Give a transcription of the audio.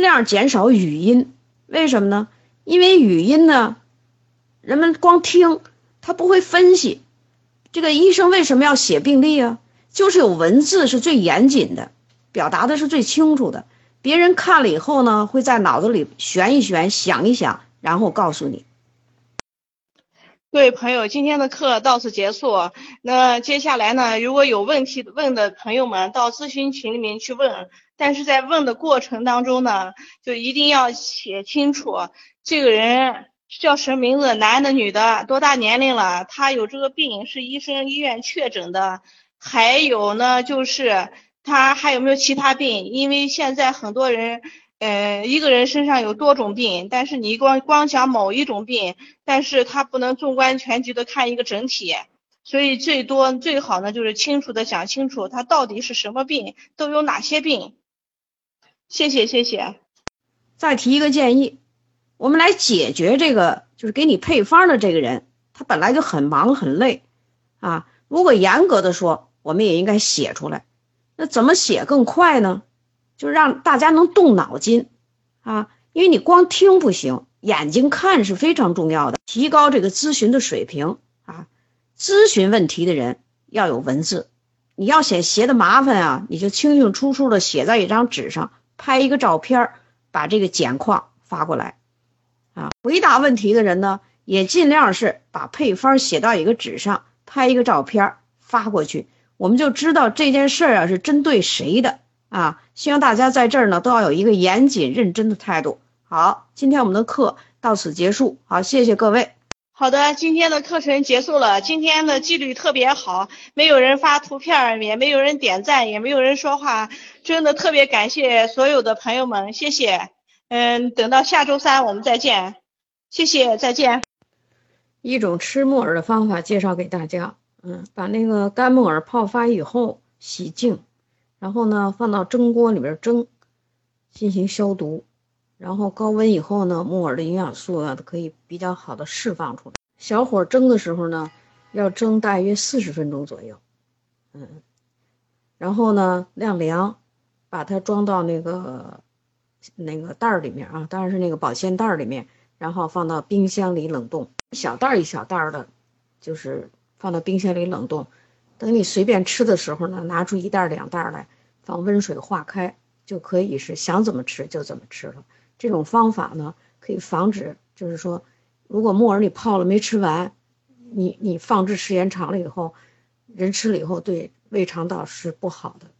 量减少语音。为什么呢？因为语音呢，人们光听，他不会分析。这个医生为什么要写病历啊？就是有文字是最严谨的，表达的是最清楚的。别人看了以后呢，会在脑子里旋一旋，想一想，然后告诉你。 各位朋友，今天的课到此结束。那接下来呢，如果有问题问的朋友们，到咨询群里面去问。但是在问的过程当中呢，就一定要写清楚这个人叫什么名字，男的女的，多大年龄了，他有这个病是医院确诊的，还有呢就是他还有没有其他病。因为现在很多人一个人身上有多种病，但是你光讲某一种病，但是他不能纵观全局的看一个整体。所以最好呢就是清楚的讲清楚他到底是什么病，都有哪些病。谢谢。 再提一个建议，我们来解决这个，就是给你配方的这个人，他本来就很忙很累啊。如果严格的说，我们也应该写出来。那怎么写更快呢？就让大家能动脑筋啊，因为你光听不行，眼睛看是非常重要的，提高这个咨询的水平啊。咨询问题的人要有文字，你要写的麻烦啊，你就清清楚楚的写在一张纸上，拍一个照片，把这个简况发过来啊。回答问题的人呢，也尽量是把配方写到一个纸上，拍一个照片发过去，我们就知道这件事啊是针对谁的啊。希望大家在这儿呢都要有一个严谨认真的态度。好，今天我们的课到此结束，好，谢谢各位。 好的，今天的课程结束了。今天的纪律特别好，没有人发图片，也没有人点赞，也没有人说话，真的特别感谢所有的朋友们，谢谢。等到下周3我们再见，谢谢，再见。 一种吃木耳的方法介绍给大家。把那个干木耳泡发以后洗净，然后呢放到蒸锅里边蒸，进行消毒。然后高温以后呢，木耳的营养素啊可以比较好的释放出来。小火蒸的时候呢，要蒸大约40分钟左右。然后呢晾凉，把它装到那个袋里面啊，当然是那个保鲜袋里面，然后放到冰箱里冷冻，小袋一小袋的，就是放到冰箱里冷冻。等你随便吃的时候呢，拿出1袋2袋来，放温水化开，就可以是想怎么吃就怎么吃了。这种方法呢，可以防止，就是说，如果木耳你泡了没吃完，你放置时间长了以后，人吃了以后对胃肠道是不好的。